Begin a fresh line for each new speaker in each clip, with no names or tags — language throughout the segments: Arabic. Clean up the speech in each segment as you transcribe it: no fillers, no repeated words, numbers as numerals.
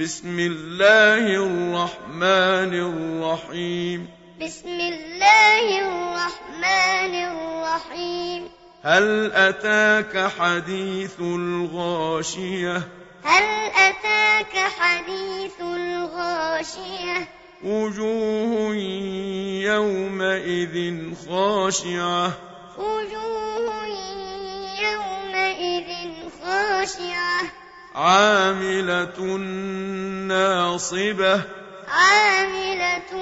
بسم الله الرحمن الرحيم
بسم الله الرحمن الرحيم
هل أتاك حديث الغاشية
هل أتاك حديث الغاشية
وجوه يومئذ خاشعة
وجوه يومئذ خاشعة
عاملة ناصبة
عاملة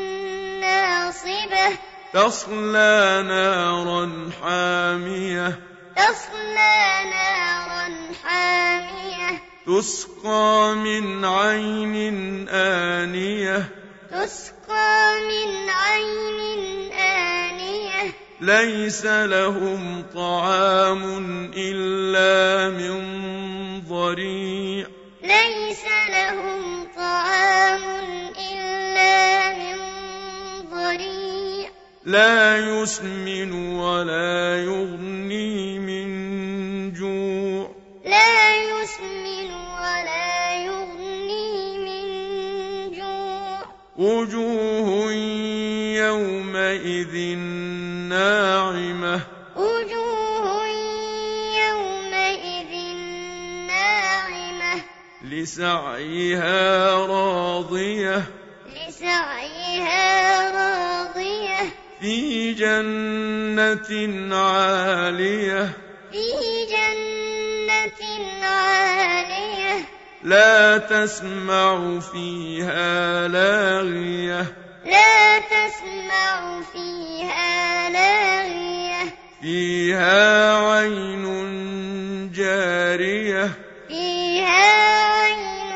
ناصبة
تصلى نارا حامية
تصلى نارا حامية
تسقى من عين آنية
تسقى من عين آنية
ليس لهم طعام إلا من ضريع
ليس لهم طعام إلا من ضريع
لا يسمن ولا يغني من جوع
لا يسمن ولا يغني من جوع
وجوه يومئذ ناعمة
وجوه يومئذ ناعمة
لسعيها راضية
لسعيها راضية
في جنة عالية
في جنة عالية
لا تسمع فيها لاغية
لا تسمع فيها لاغية
فيها عين جارية
فيها عين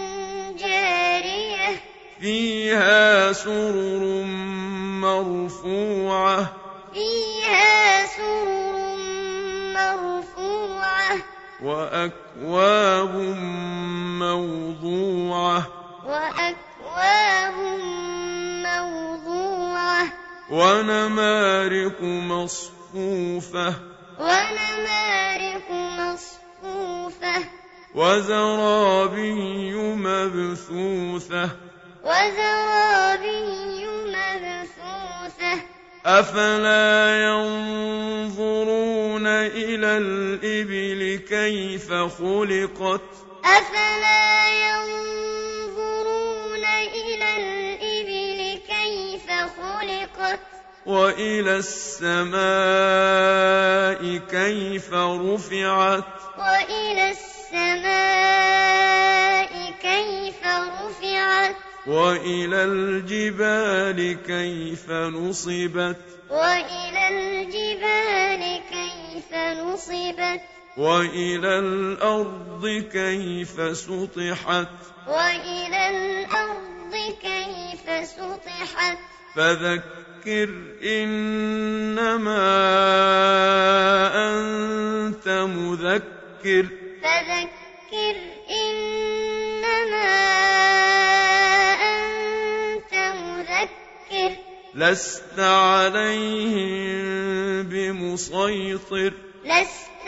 جارية
فيها سرر مرفوعة
فيها سرر مرفوعة
وأكواب موضوعة
وأكواب موضوعة
ونمارق مصفوفة
ونمارق مصفوفة
وزرابي مبثوثة
وزرابي مبثوثة
أفلا ينظرون إلى الإبل كيف خلقت
أفلا ينظرون إلى الإبل كيف خلقت
وإلى السماء كيف رفعت
وإلى السماء كيف رفعت
وإلى الجبال كيف نصبت
وإلى الجبال كيف نصبت
وإلى الأرض كيف سطحت
وإلى الأرض كيف سطحت
فذكر إنما أنت مذكر
فذكر إنما أنت مذكر
لست عليهم بمسيطر
لست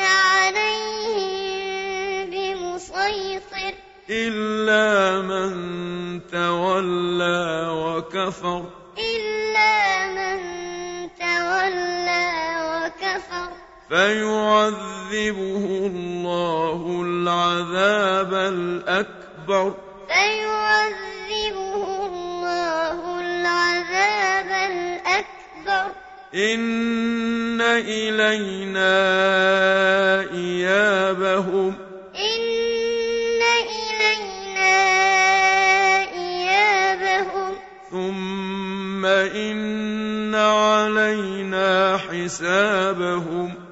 عليهم بمسيطر
إلا من تولى وكفر
إلا من تولى وكفر
فيعذبه الله العذاب الأكبر
فيعذبه الله العذاب الأكبر
إن إلينا إيابهم
إن إلينا إيابهم
ثم إن علينا حسابهم